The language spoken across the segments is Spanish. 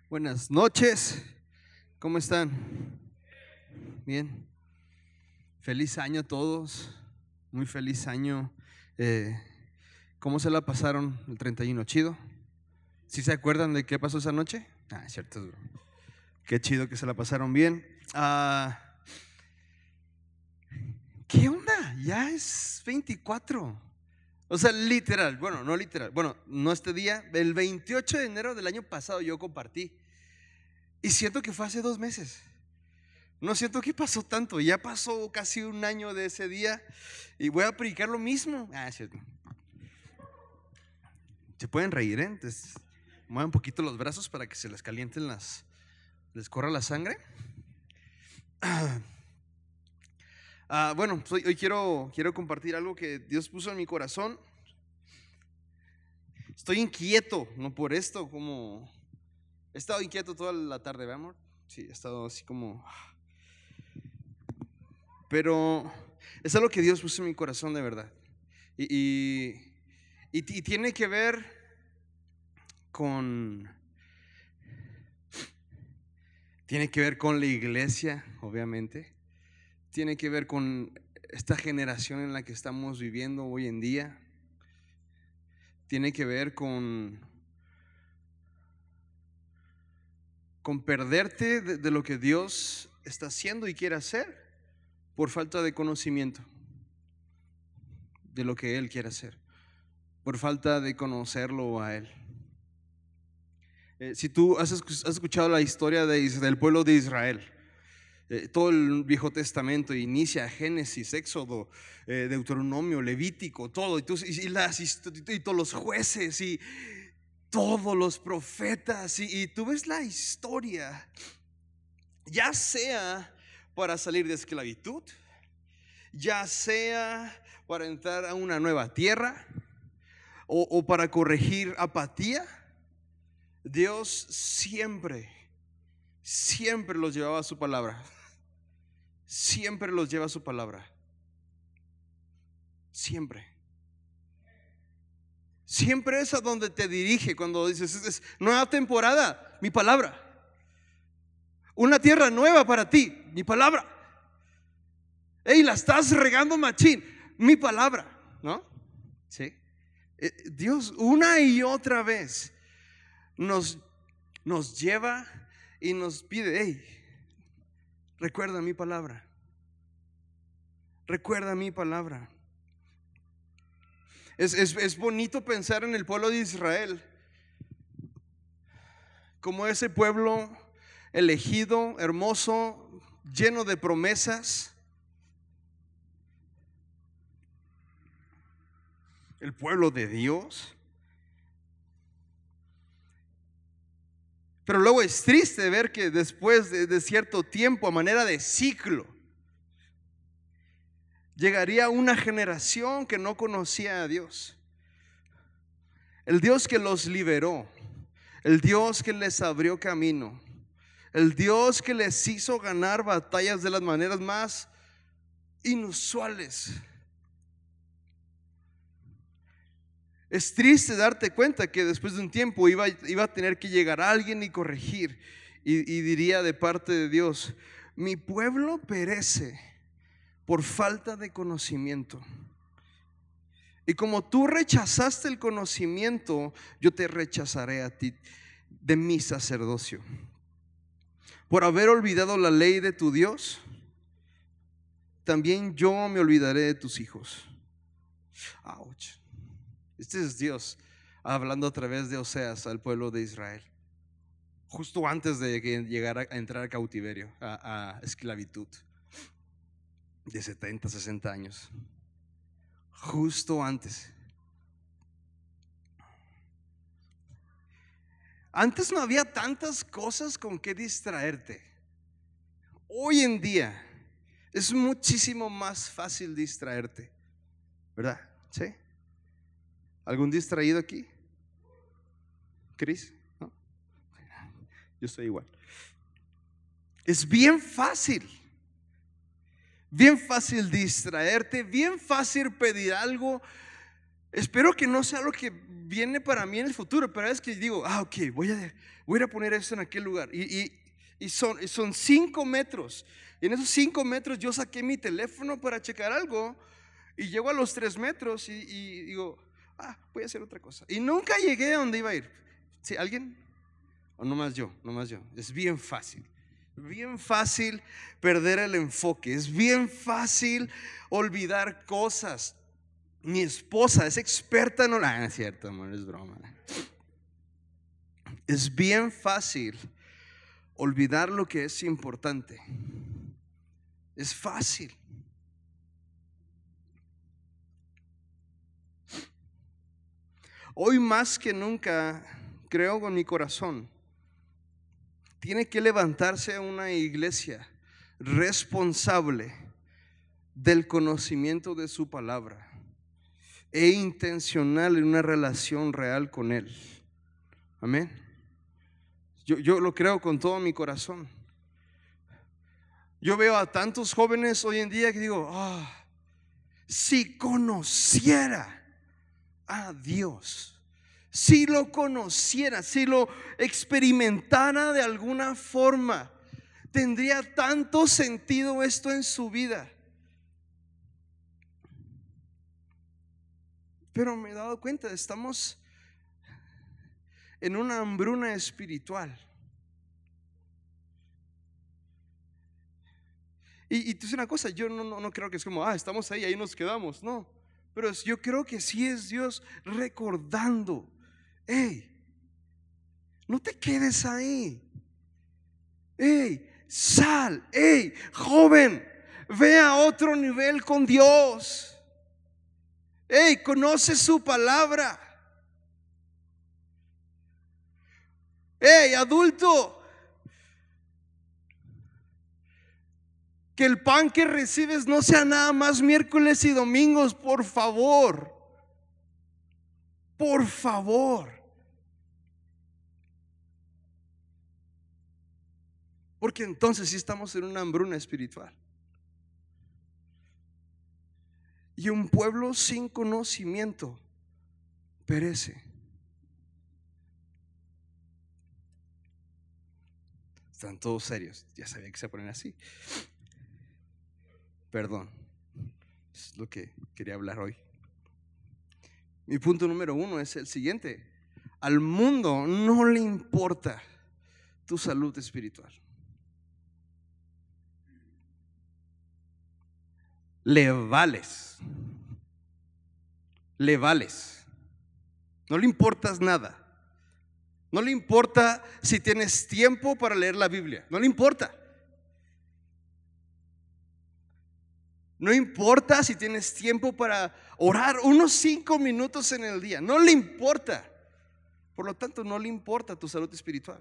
Buenas noches, ¿cómo están? Bien, feliz año a todos, muy feliz año. ¿Cómo se la pasaron el 31? ¿Chido? ¿Sí se acuerdan de qué pasó esa noche? Es cierto, es broma. Qué chido que se la pasaron bien. ¿Qué onda? Ya es 24. O sea, literal, bueno, no literal, bueno, no este día, el 28 de enero del año pasado yo compartí. Y siento que fue hace 2 meses. No siento que pasó tanto. Ya pasó casi un año de ese día. Y voy a predicar lo mismo. Es cierto. Se pueden reír, ¿eh? Entonces, muevan un poquito los brazos para que se les calienten les corra la sangre. Bueno, pues hoy quiero compartir algo que Dios puso en mi corazón. Estoy inquieto, no por esto, como he estado inquieto toda la tarde, ¿verdad, amor? Sí, he estado así como. Pero es algo que Dios puso en mi corazón de verdad. Y tiene que ver con la iglesia, obviamente. Tiene que ver con esta generación en la que estamos viviendo hoy en día. Tiene que ver con perderte de lo que Dios está haciendo y quiere hacer por falta de conocimiento de lo que Él quiere hacer, por falta de conocerlo a Él. Si tú has escuchado la historia del pueblo de Israel, todo el Viejo Testamento inicia Génesis, Éxodo, Deuteronomio, Levítico, todo, y todos los jueces y todos los profetas, y tú ves la historia, ya sea para salir de esclavitud, ya sea para entrar a una nueva tierra o para corregir apatía. Dios siempre los llevaba a su palabra. Siempre los lleva a su palabra. Siempre es a donde te dirige cuando dices: es nueva temporada, mi palabra. Una tierra nueva para ti, mi palabra. Ey, la estás regando machín, mi palabra, ¿no? Sí. Dios una y otra vez nos lleva y nos pide: hey, recuerda mi palabra. Recuerda mi palabra. Es bonito pensar en el pueblo de Israel como ese pueblo elegido, hermoso, lleno de promesas. El pueblo de Dios. Pero luego es triste ver que después de cierto tiempo, a manera de ciclo, llegaría una generación que no conocía a Dios. El Dios que los liberó, el Dios que les abrió camino, el Dios que les hizo ganar batallas de las maneras más inusuales. Es triste darte cuenta que después de un tiempo iba a tener que llegar alguien y corregir, y diría de parte de Dios: mi pueblo perece por falta de conocimiento. Y como tú rechazaste el conocimiento, yo te rechazaré a ti de mi sacerdocio. Por haber olvidado la ley de tu Dios, también yo me olvidaré de tus hijos. Ouch. Este es Dios hablando a través de Oseas al pueblo de Israel, justo antes de que llegara a entrar a cautiverio, a esclavitud de 70, 60 años. Justo antes. Antes no había tantas cosas con que distraerte. Hoy en día es muchísimo más fácil distraerte, ¿verdad? ¿Sí? ¿Algún distraído aquí? ¿Cris? ¿No? Yo estoy igual. Es bien fácil distraerte, bien fácil pedir algo. Espero que no sea lo que viene para mí en el futuro, pero es que digo, ok, voy a ir a poner eso en aquel lugar. Y son 5 metros. Y en esos 5 metros yo saqué mi teléfono para checar algo. Y llego a los 3 metros y digo, voy a hacer otra cosa. Y nunca llegué a donde iba a ir. ¿Sí? ¿Alguien? ¿O nomás yo? Es bien fácil. Bien fácil perder el enfoque. Es bien fácil olvidar cosas. Mi esposa es experta en... No es cierto, amor, es broma. Es bien fácil olvidar lo que es importante. Es fácil. Hoy más que nunca, creo con mi corazón, tiene que levantarse una iglesia responsable del conocimiento de su palabra e intencional en una relación real con Él. Amén. Yo lo creo con todo mi corazón. Yo veo a tantos jóvenes hoy en día que digo, si conociera a Dios, si lo conociera, si lo experimentara de alguna forma, tendría tanto sentido esto en su vida. Pero me he dado cuenta, estamos en una hambruna espiritual. Y tú sabes una cosa, yo no creo que es como, estamos ahí nos quedamos. No, pero yo creo que sí es Dios recordando, no te quedes ahí. Sal, joven, ve a otro nivel con Dios. Conoce su palabra. Adulto, que el pan que recibes no sea nada más miércoles y domingos, por favor. Por favor. Porque entonces sí estamos en una hambruna espiritual. Y un pueblo sin conocimiento perece. Están todos serios. Ya sabía que se ponen así. Perdón. Es lo que quería hablar hoy. Mi punto número 1 es el siguiente. Al mundo no le importa tu salud espiritual. Le vales. No le importas nada. No le importa si tienes tiempo para leer la Biblia. No le importa. No importa si tienes tiempo para orar unos 5 minutos en el día. No le importa. Por lo tanto, no le importa tu salud espiritual.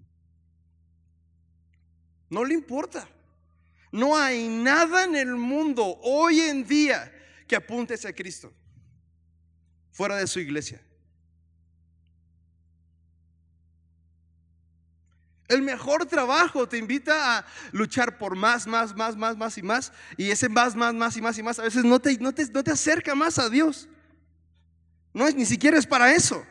No le importa. No hay nada en el mundo hoy en día que apunte hacia Cristo fuera de su iglesia. El mejor trabajo te invita a luchar por más y más. Y ese más y más a veces no te acerca más a Dios. No es, ni siquiera es para eso.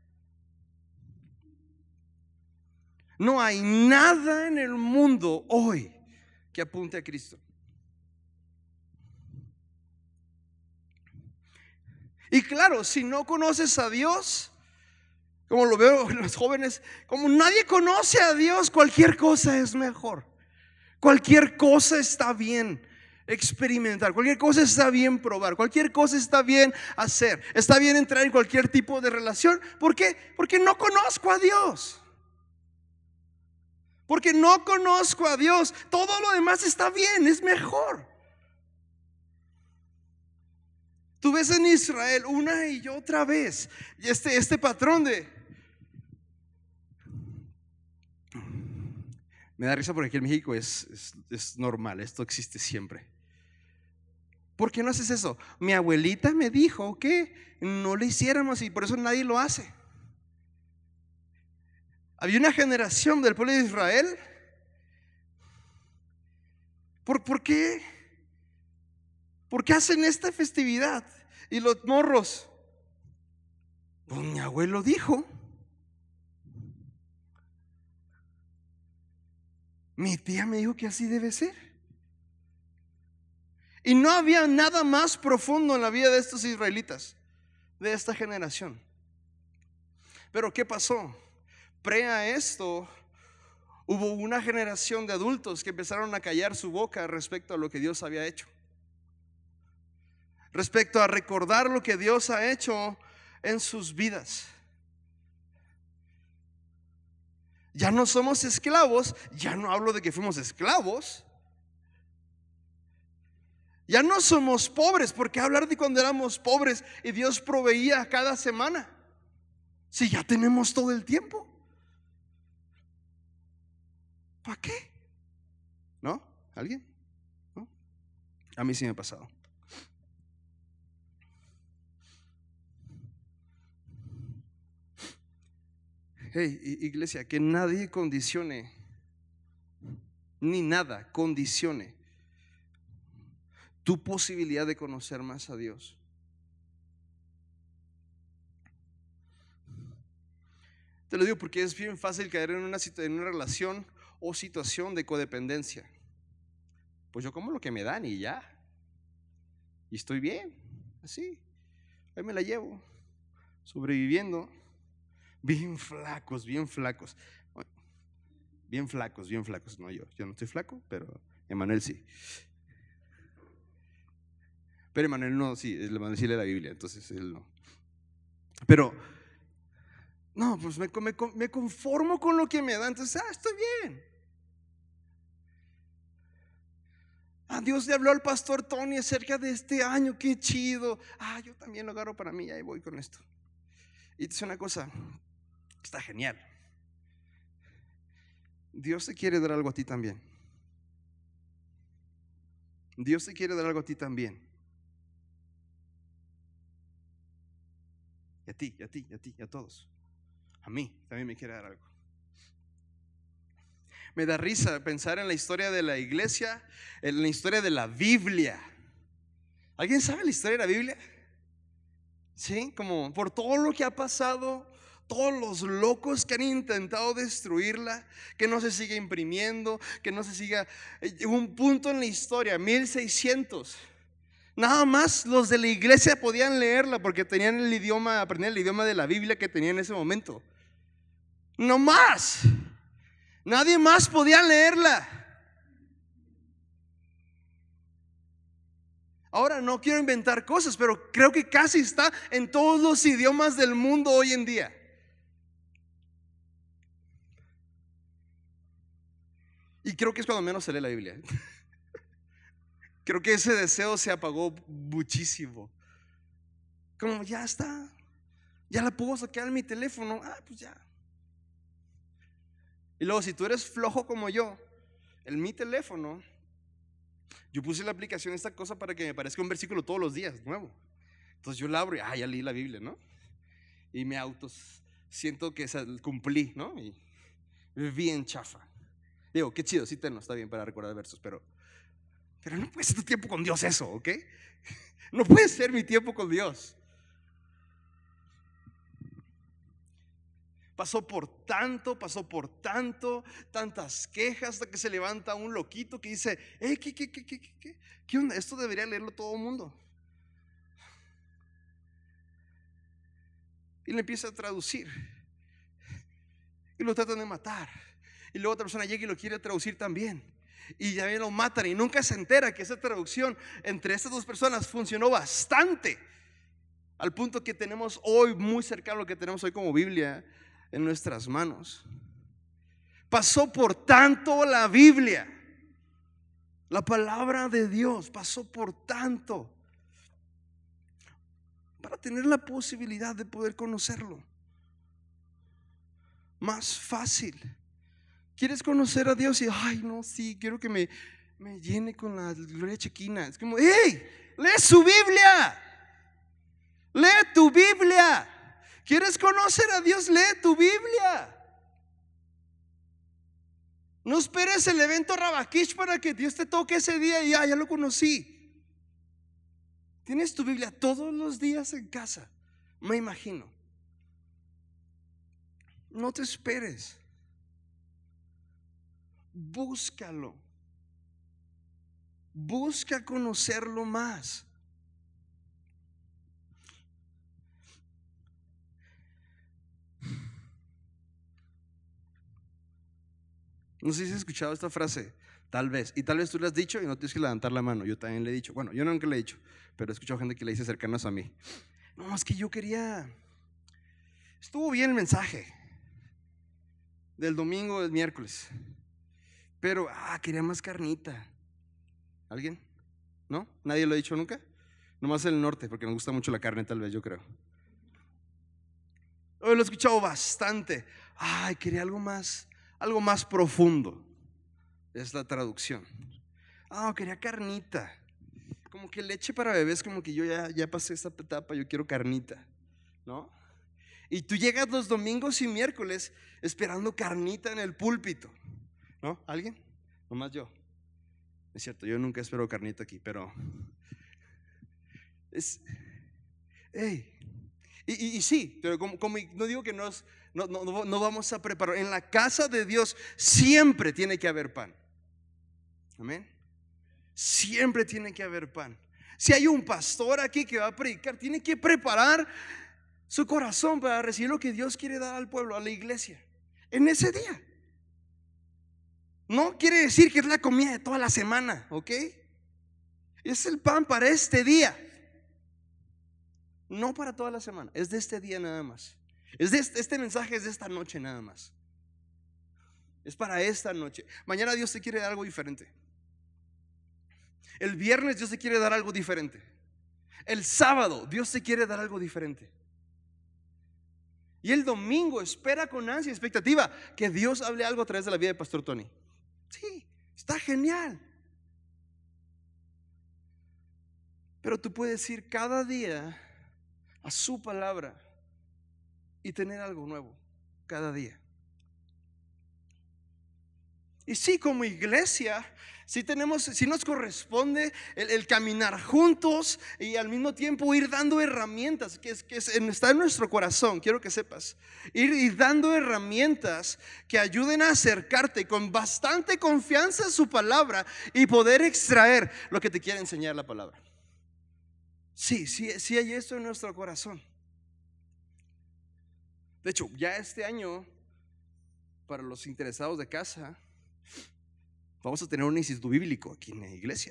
No hay nada en el mundo hoy que apunte a Cristo. Y claro, si no conoces a Dios, como lo veo en los jóvenes, como nadie conoce a Dios, cualquier cosa es mejor. Cualquier cosa está bien experimentar, cualquier cosa está bien probar, cualquier cosa está bien hacer. Está bien entrar en cualquier tipo de relación. ¿Por qué? Porque no conozco a Dios. Porque no conozco a Dios. Todo lo demás está bien, es mejor. Tú ves en Israel una y otra vez este patrón de... Me da risa porque aquí en México es normal, esto existe siempre. ¿Por qué no haces eso? Mi abuelita me dijo que no lo hiciéramos y por eso nadie lo hace. Había una generación del pueblo de Israel. ¿Por qué? ¿Por qué hacen esta festividad? Y los morros Pues mi abuelo dijo, mi tía me dijo que así debe ser. Y no había nada más profundo en la vida de estos israelitas, de esta generación. Pero ¿qué pasó? A esto, hubo una generación de adultos que empezaron a callar su boca respecto a lo que Dios había hecho, respecto a recordar lo que Dios ha hecho en sus vidas. Ya no somos esclavos, ya no hablo de que fuimos esclavos. Ya no somos pobres, porque hablar de cuando éramos pobres y Dios proveía cada semana, si ya tenemos todo el tiempo. ¿Para qué? ¿No? ¿Alguien? ¿No? A mí sí me ha pasado. Hey, iglesia, que nadie condicione, ni nada condicione tu posibilidad de conocer más a Dios. Te lo digo porque es bien fácil caer en una relación o situación de codependencia. Pues yo como lo que me dan y ya, y estoy bien, así, ahí me la llevo, sobreviviendo. Bien flacos, bien flacos. Bien flacos, bien flacos. No, yo no estoy flaco, pero Emanuel sí. Pero Emanuel no, sí, Emanuel sí lee la Biblia, entonces él no. Pero, no, pues me conformo con lo que me dan, entonces, estoy bien. Dios le habló al pastor Tony acerca de este año, qué chido. Yo también lo agarro para mí, ahí voy con esto. Y te dice una cosa, está genial. Dios te quiere dar algo a ti también. Dios te quiere dar algo a ti también. Y a ti, y a ti, y a ti, y a todos. A mí también me quiere dar algo. Me da risa pensar en la historia de la iglesia, en la historia de la Biblia. ¿Alguien sabe la historia de la Biblia? Sí, como por todo lo que ha pasado, todos los locos que han intentado destruirla, que no se siga imprimiendo, que no se siga. Un punto en la historia, 1600. Nada más los de la iglesia podían leerla porque tenían el idioma, aprendían el idioma de la Biblia que tenían en ese momento. No más. Nadie más podía leerla. Ahora no quiero inventar cosas, pero creo que casi está en todos los idiomas del mundo hoy en día. Y creo que es cuando menos se lee la Biblia. Creo que ese deseo se apagó muchísimo. Como ya está, ya la puedo sacar en mi teléfono. Pues ya. Y luego si tú eres flojo como yo, en mi teléfono yo puse la aplicación esta cosa para que me parezca un versículo todos los días nuevo. Entonces yo la abro y ya leí la Biblia, ¿no? Y me siento que cumplí, ¿no? Y bien chafa. Digo, qué chido, sí está bien para recordar versos, pero no puede ser tu tiempo con Dios eso, ¿ok? No puede ser mi tiempo con Dios. Pasó por tantas quejas, hasta que se levanta un loquito que dice, ¿qué onda? Esto debería leerlo todo el mundo. Y le empieza a traducir. Y lo tratan de matar. Y luego otra persona llega y lo quiere traducir también. Y ya lo matan y nunca se entera que esa traducción entre estas dos personas funcionó bastante, al punto que tenemos hoy, muy cercano a lo que tenemos hoy como Biblia en nuestras manos. Pasó por tanto la Biblia, la palabra de Dios pasó por tanto para tener la posibilidad de poder conocerlo más fácil. ¿Quieres conocer a Dios? Y no, sí, quiero que me llene con la gloria chequina. Es como, ¡hey! Lee su Biblia. Lee tu Biblia. ¿Quieres conocer a Dios? Lee tu Biblia. No esperes el evento Rabakish para que Dios te toque ese día y ya lo conocí. Tienes tu Biblia todos los días en casa, me imagino. No te esperes. Búscalo. Busca conocerlo más. No sé si has escuchado esta frase, tal vez, y tal vez tú le has dicho y no tienes que levantar la mano. Yo también le he dicho, bueno, yo nunca le he dicho, pero he escuchado gente que le dice cercanos a mí. No, es que yo quería, estuvo bien el mensaje del domingo, del miércoles, pero quería más carnita. ¿Alguien? ¿No? ¿Nadie lo ha dicho nunca? Nomás en el norte, porque nos gusta mucho la carne, tal vez, yo creo. Hoy lo he escuchado bastante. Quería algo más profundo. Es la traducción. Quería carnita. Como que leche para bebés, como que yo ya pasé esta etapa, yo quiero carnita, ¿no? Y tú llegas los domingos y miércoles esperando carnita en el púlpito, ¿no? ¿Alguien? Nomás yo. Es cierto, yo nunca espero carnita aquí, pero y sí, pero como no digo que no vamos a preparar. En la casa de Dios siempre tiene que haber pan. Amén. Siempre tiene que haber pan. Si hay un pastor aquí que va a predicar, tiene que preparar su corazón para recibir lo que Dios quiere dar al pueblo, a la iglesia, en ese día. No quiere decir que es la comida de toda la semana, ¿ok? Es el pan para este día. No para toda la semana, es de este día nada más. Este mensaje es de esta noche nada más. Es para esta noche. Mañana Dios te quiere dar algo diferente. El viernes Dios te quiere dar algo diferente. El sábado Dios te quiere dar algo diferente. Y el domingo espera con ansia y expectativa que Dios hable algo a través de la vida de Pastor Tony. Sí, está genial. Pero tú puedes ir cada día a su palabra y tener algo nuevo cada día. Y sí, como iglesia, si nos corresponde el caminar juntos y al mismo tiempo ir dando herramientas, está en nuestro corazón, quiero que sepas, ir dando herramientas que ayuden a acercarte con bastante confianza a su palabra y poder extraer lo que te quiere enseñar la palabra. Sí hay esto en nuestro corazón. De hecho, ya este año, para los interesados de casa, vamos a tener un instituto bíblico aquí en la iglesia.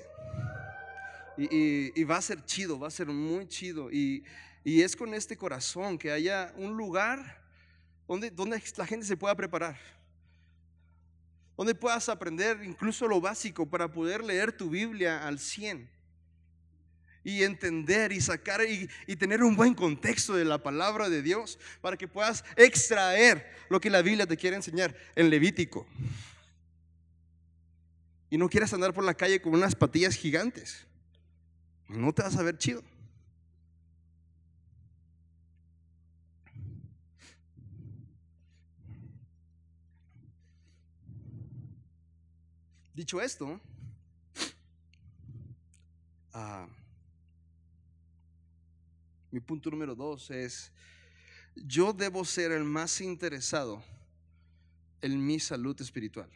Y va a ser chido, va a ser muy chido. Y es con este corazón que haya un lugar donde la gente se pueda preparar, donde puedas aprender incluso lo básico para poder leer tu Biblia al 100 y entender y sacar y tener un buen contexto de la palabra de Dios, para que puedas extraer lo que la Biblia te quiere enseñar en Levítico. Y no quieras andar por la calle con unas patillas gigantes. No te vas a ver chido. Dicho esto, mi punto número 2 es: yo debo ser el más interesado en mi salud espiritual.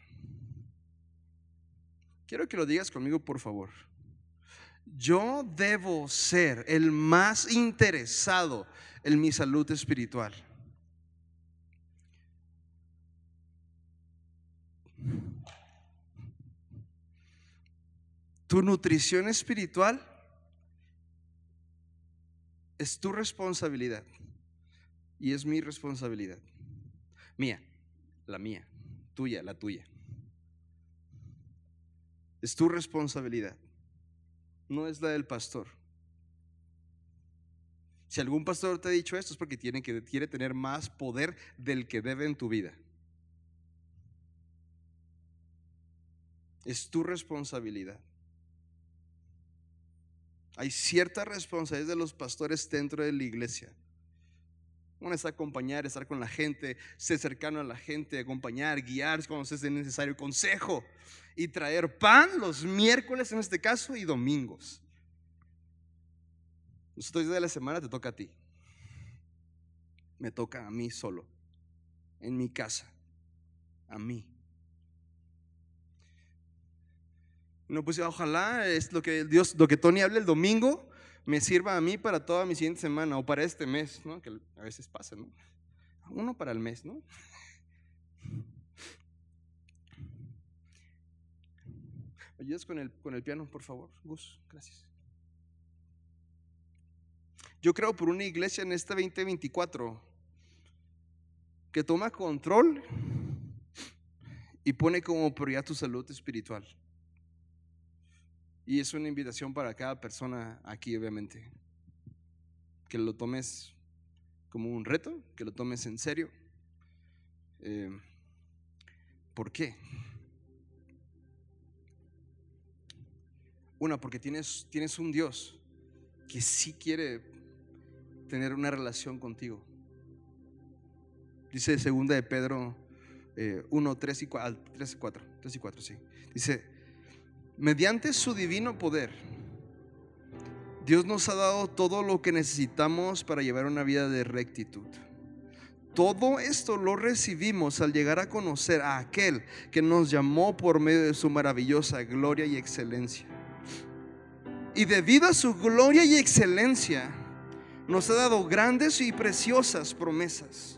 Quiero que lo digas conmigo, por favor. Yo debo ser el más interesado en mi salud espiritual. Tu nutrición espiritual es tu responsabilidad y es mi responsabilidad. Mía, la mía, tuya, la tuya. Es tu responsabilidad, no es la del pastor. Si algún pastor te ha dicho esto, es porque quiere tener más poder del que debe en tu vida. Es tu responsabilidad. Hay cierta responsabilidad de los pastores dentro de la iglesia. Uno es acompañar, estar con la gente, ser cercano a la gente, acompañar, guiar cuando sea necesario, consejo, y traer pan los miércoles en este caso y domingos. Los otros días de la semana te toca a ti, me toca a mí solo. en mi casa, a mí. No, pues ojalá es lo que Dios, lo que Tony hable el domingo, me sirva a mí para toda mi siguiente semana o para este mes, ¿no? Que a veces pasa, ¿no? Uno para el mes, ¿no? ¿Me ayudas con el piano, por favor, Gus? Gracias. Yo creo por una iglesia en este 2024 que toma control y pone como prioridad tu salud espiritual. Y es una invitación para cada persona aquí, obviamente, que lo tomes como un reto, que lo tomes en serio. ¿Por qué? Una, porque tienes un Dios que sí quiere tener una relación contigo. Dice 2 de Pedro 1, 3 y 4, 3 y 4, sí. Dice: mediante su divino poder, Dios nos ha dado todo lo que necesitamos para llevar una vida de rectitud. Todo esto lo recibimos al llegar a conocer a aquel que nos llamó por medio de su maravillosa gloria y excelencia. Y debido a su gloria y excelencia, nos ha dado grandes y preciosas promesas.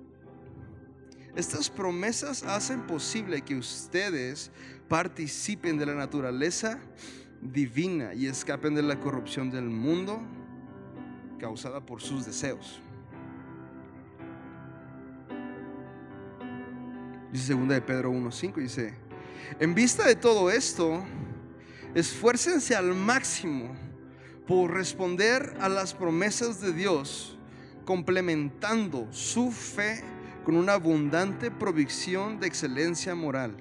Estas promesas hacen posible que ustedes participen de la naturaleza divina y escapen de la corrupción del mundo causada por sus deseos. Dice 2 de Pedro 1:5, dice: en vista de todo esto, esfuércense al máximo por responder a las promesas de Dios, complementando su fe con una abundante provisión de excelencia moral.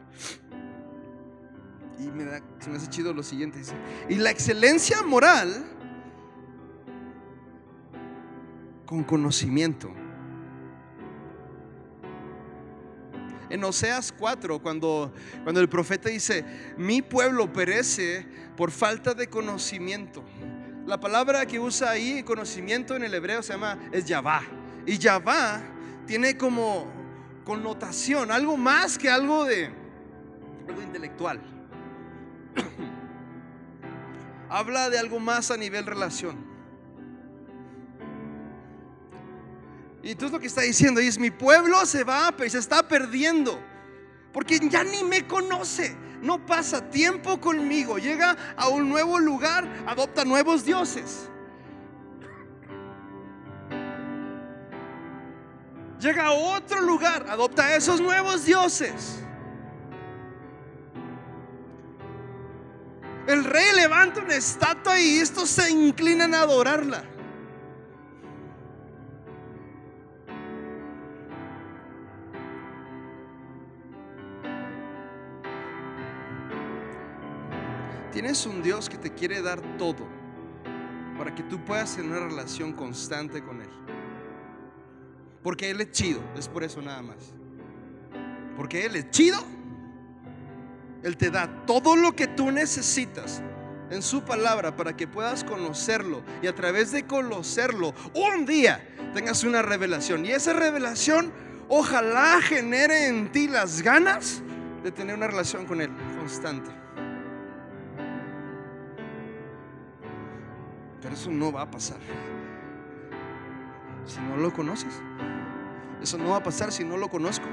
Y se me hace chido lo siguiente, dice: y la excelencia moral con conocimiento. En Oseas 4, cuando el profeta dice: mi pueblo perece por falta de conocimiento. La palabra que usa ahí, conocimiento, en el hebreo es Yavá. Y Yavá tiene como connotación algo más que algo intelectual. Habla de algo más a nivel relación. Y entonces lo que está diciendo es: mi pueblo se está perdiendo porque ya ni me conoce, no pasa tiempo conmigo, llega a un nuevo lugar, adopta nuevos dioses. Llega a otro lugar, adopta esos nuevos dioses. El rey levanta una estatua y estos se inclinan a adorarla. Tienes un Dios que te quiere dar todo para que tú puedas tener una relación constante con Él. Porque Él es chido, es por eso nada más. Porque Él es chido. Él te da todo lo que tú necesitas en su palabra para que puedas conocerlo, y a través de conocerlo un día tengas una revelación, y esa revelación ojalá genere en ti las ganas de tener una relación con Él constante. Pero eso no va a pasar si no lo conoces. Eso no va a pasar si no lo conozco.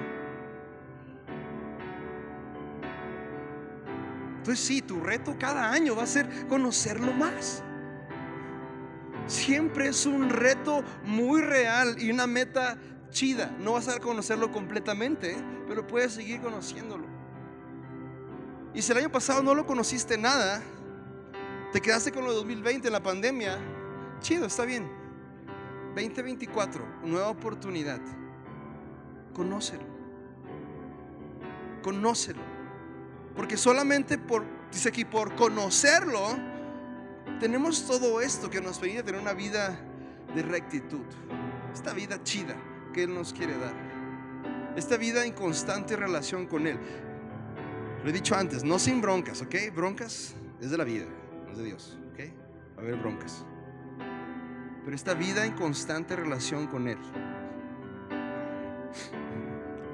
Entonces sí, tu reto cada año va a ser conocerlo más. Siempre es un reto muy real y una meta chida. No vas a conocerlo completamente, pero puedes seguir conociéndolo. Y si el año pasado no lo conociste nada, te quedaste con lo de 2020 en la pandemia, chido, está bien. 2024, nueva oportunidad. Conócelo. Porque solamente dice aquí, por conocerlo, tenemos todo esto que nos permite tener una vida de rectitud. Esta vida chida que Él nos quiere dar. Esta vida en constante relación con Él. Lo he dicho antes, no sin broncas, ¿ok? Broncas es de la vida, no es de Dios, ¿ok? Va a haber broncas. Pero esta vida en constante relación con Él.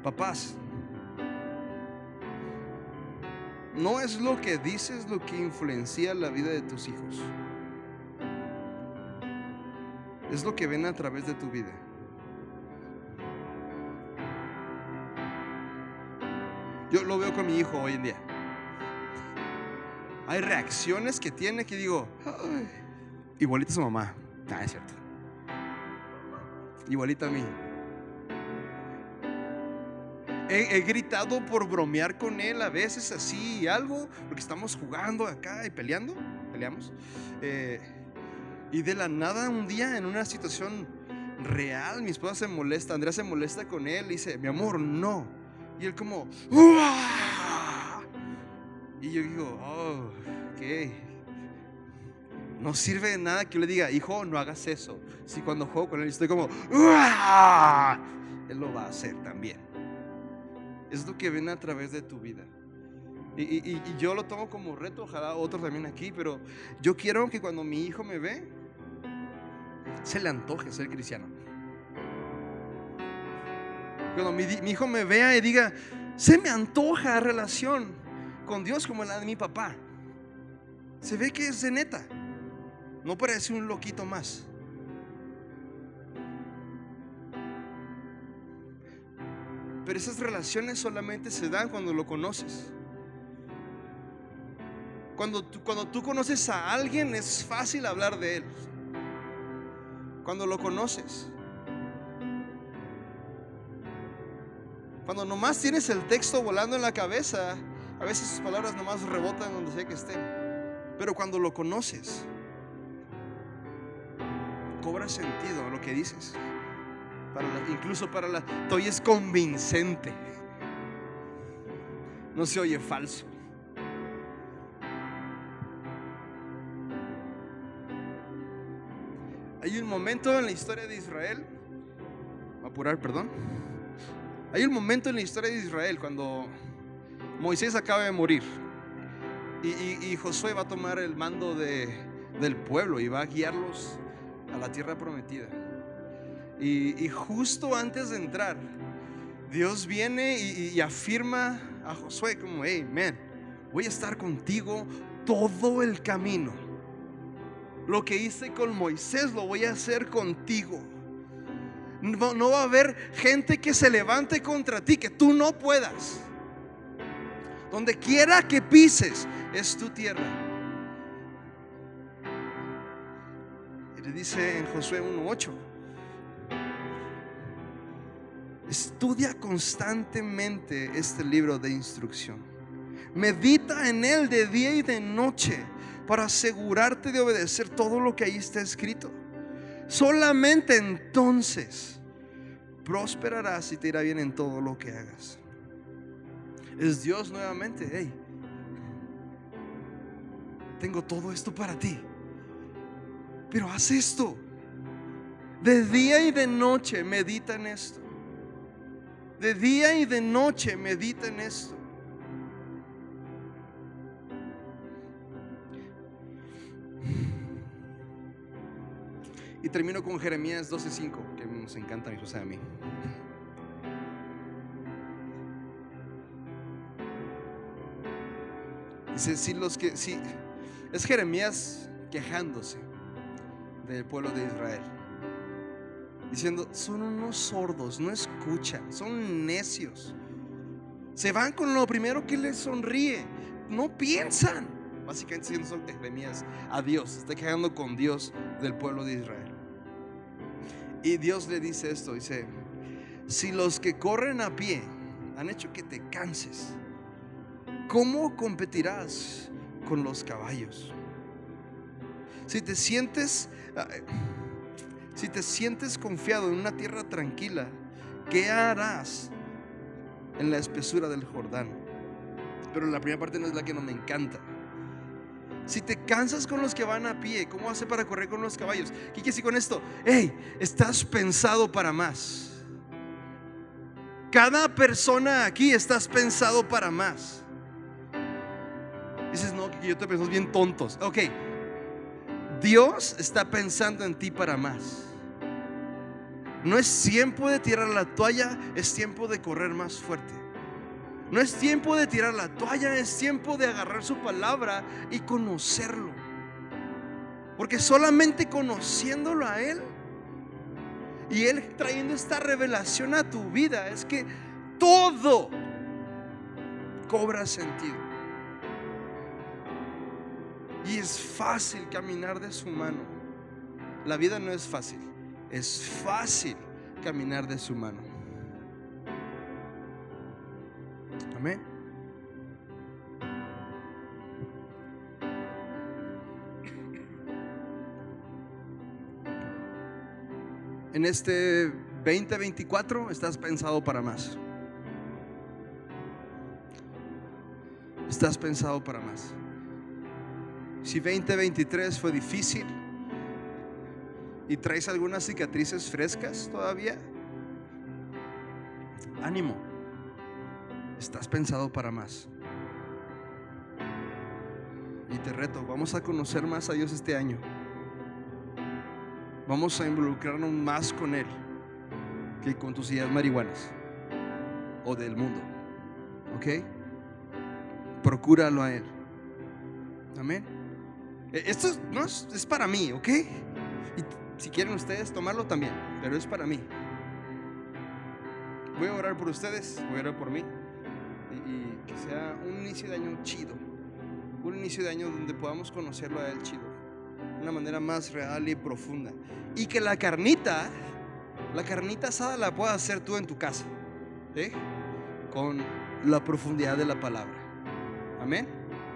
Papás, no es lo que dices lo que influencia la vida de tus hijos, es lo que ven a través de tu vida. Yo lo veo con mi hijo hoy en día. Hay reacciones que tiene que digo, ay, igualita a su mamá. Es cierto. Igualita a mí. He gritado por bromear con él a veces así algo, porque estamos jugando acá y peleamos. Y de la nada un día en una situación real, mi esposa se molesta, Andrea se molesta con él y dice, mi amor, no. Y él como, ¡uah! Y yo digo, oh, ok. No sirve de nada que yo le diga, hijo, no hagas eso. Si cuando juego con él estoy como, ¡uah!, él lo va a hacer también. Es lo que ven a través de tu vida. Y yo lo tomo como reto, ojalá otros también aquí, pero yo quiero que cuando mi hijo me ve, se le antoje ser cristiano. Cuando mi hijo me vea y diga, se me antoja relación con Dios como la de mi papá. Se ve que es de neta, no parece un loquito más. Pero esas relaciones solamente se dan cuando lo conoces. Cuando tú conoces a alguien es fácil hablar de él. Cuando lo conoces. Cuando nomás tienes el texto volando en la cabeza, a veces sus palabras nomás rebotan donde sea que estén. Pero cuando lo conoces, cobra sentido lo que dices. Incluso para la te oyes convincente. No se oye falso. Hay un momento en la historia de Israel, voy a apurar, perdón. Hay un momento en la historia de Israel cuando Moisés acaba de morir y Josué va a tomar el mando del pueblo y va a guiarlos a la tierra prometida. Y justo antes de entrar, Dios viene y afirma a Josué como, hey, man, voy a estar contigo todo el camino. Lo que hice con Moisés lo voy a hacer contigo. No va a haber gente que se levante contra ti, que tú no puedas. Donde quiera que pises es tu tierra. Y le dice en Josué 1:8, estudia constantemente este libro de instrucción. Medita en él de día y de noche para asegurarte de obedecer todo lo que ahí está escrito. Solamente entonces prosperarás y te irá bien en todo lo que hagas. Es Dios nuevamente, hey, tengo todo esto para ti, pero haz esto. De día y de noche medita en esto. De día y de noche medita en esto. Y termino con Jeremías 12:5, que nos encanta a mi esposa y a mí. Dice, si es Jeremías quejándose del pueblo de Israel, diciendo, son unos sordos, no escuchan, son necios, se van con lo primero que les sonríe, no piensan. Básicamente diciendo Jeremías a Dios, se está quejando con Dios del pueblo de Israel. Y Dios le dice esto, dice, si los que corren a pie han hecho que te canses, ¿cómo competirás con los caballos? Si te sientes confiado en una tierra tranquila, ¿qué harás en la espesura del Jordán? Pero la primera parte no es la que no me encanta. Si te cansas con los que van a pie, ¿cómo hace para correr con los caballos? ¿Qué quiere decir con esto? Hey, estás pensado para más. Cada persona aquí estás pensado para más. Dices, no, que yo te pensamos bien tontos. Ok, Dios está pensando en ti para más. No es tiempo de tirar la toalla, es tiempo de correr más fuerte. No es tiempo de tirar la toalla, es tiempo de agarrar su palabra y conocerlo. Porque solamente conociéndolo a Él y Él trayendo esta revelación a tu vida es que todo cobra sentido. Y es fácil caminar de su mano. La vida no es fácil, es fácil caminar de su mano. Amén. En este 2024 estás pensado para más. Estás pensado para más. Si 2023 fue difícil y traes algunas cicatrices frescas todavía, ánimo. Estás pensado para más. Y te reto, vamos a conocer más a Dios este año. Vamos a involucrarnos más con Él que con tus ideas marihuanas o del mundo. ¿Ok? Procúralo a Él. Amén. Esto no es para mí, ¿ok? Y si quieren ustedes tomarlo también, pero es para mí. Voy a orar por ustedes, voy a orar por mí. Y que sea un inicio de año chido. Un inicio de año donde podamos conocerlo a Él chido, de una manera más real y profunda. Y que la carnita asada la puedas hacer tú en tu casa, ¿sí? Con la profundidad de la palabra. Amén.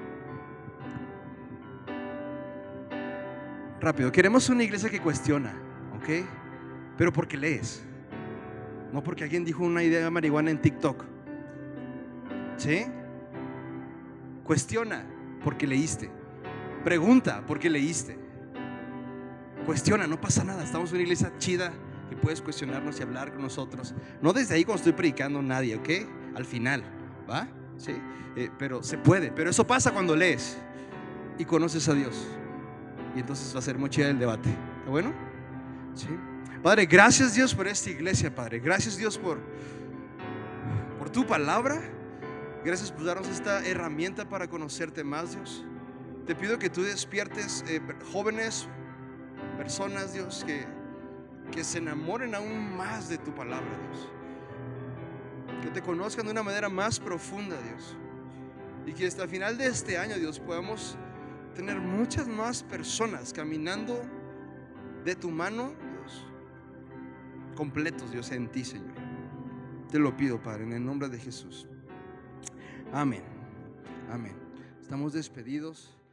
Rápido, queremos una iglesia que cuestiona, ¿ok? Pero porque lees, no porque alguien dijo una idea de marihuana en TikTok. ¿Sí? Cuestiona porque leíste. Pregunta porque leíste. Cuestiona, no pasa nada. Estamos en una iglesia chida que puedes cuestionarnos y hablar con nosotros. No desde ahí cuando estoy predicando a nadie, ¿ok? Al final, ¿va? ¿Sí? Pero se puede. Pero eso pasa cuando lees y conoces a Dios. Y entonces va a ser muy chido el debate. ¿Está bueno? ¿Sí? Padre, gracias Dios por esta iglesia, Padre. Gracias Dios por tu palabra. Gracias por darnos esta herramienta para conocerte más, Dios. Te pido que tú despiertes jóvenes, personas, Dios, que se enamoren aún más de tu palabra, Dios. Que te conozcan de una manera más profunda, Dios. Y que hasta el final de este año, Dios, podamos tener muchas más personas caminando de tu mano, Dios, completos, Dios, en ti, Señor. Te lo pido, Padre, en el nombre de Jesús. Amén. Amén. Estamos despedidos.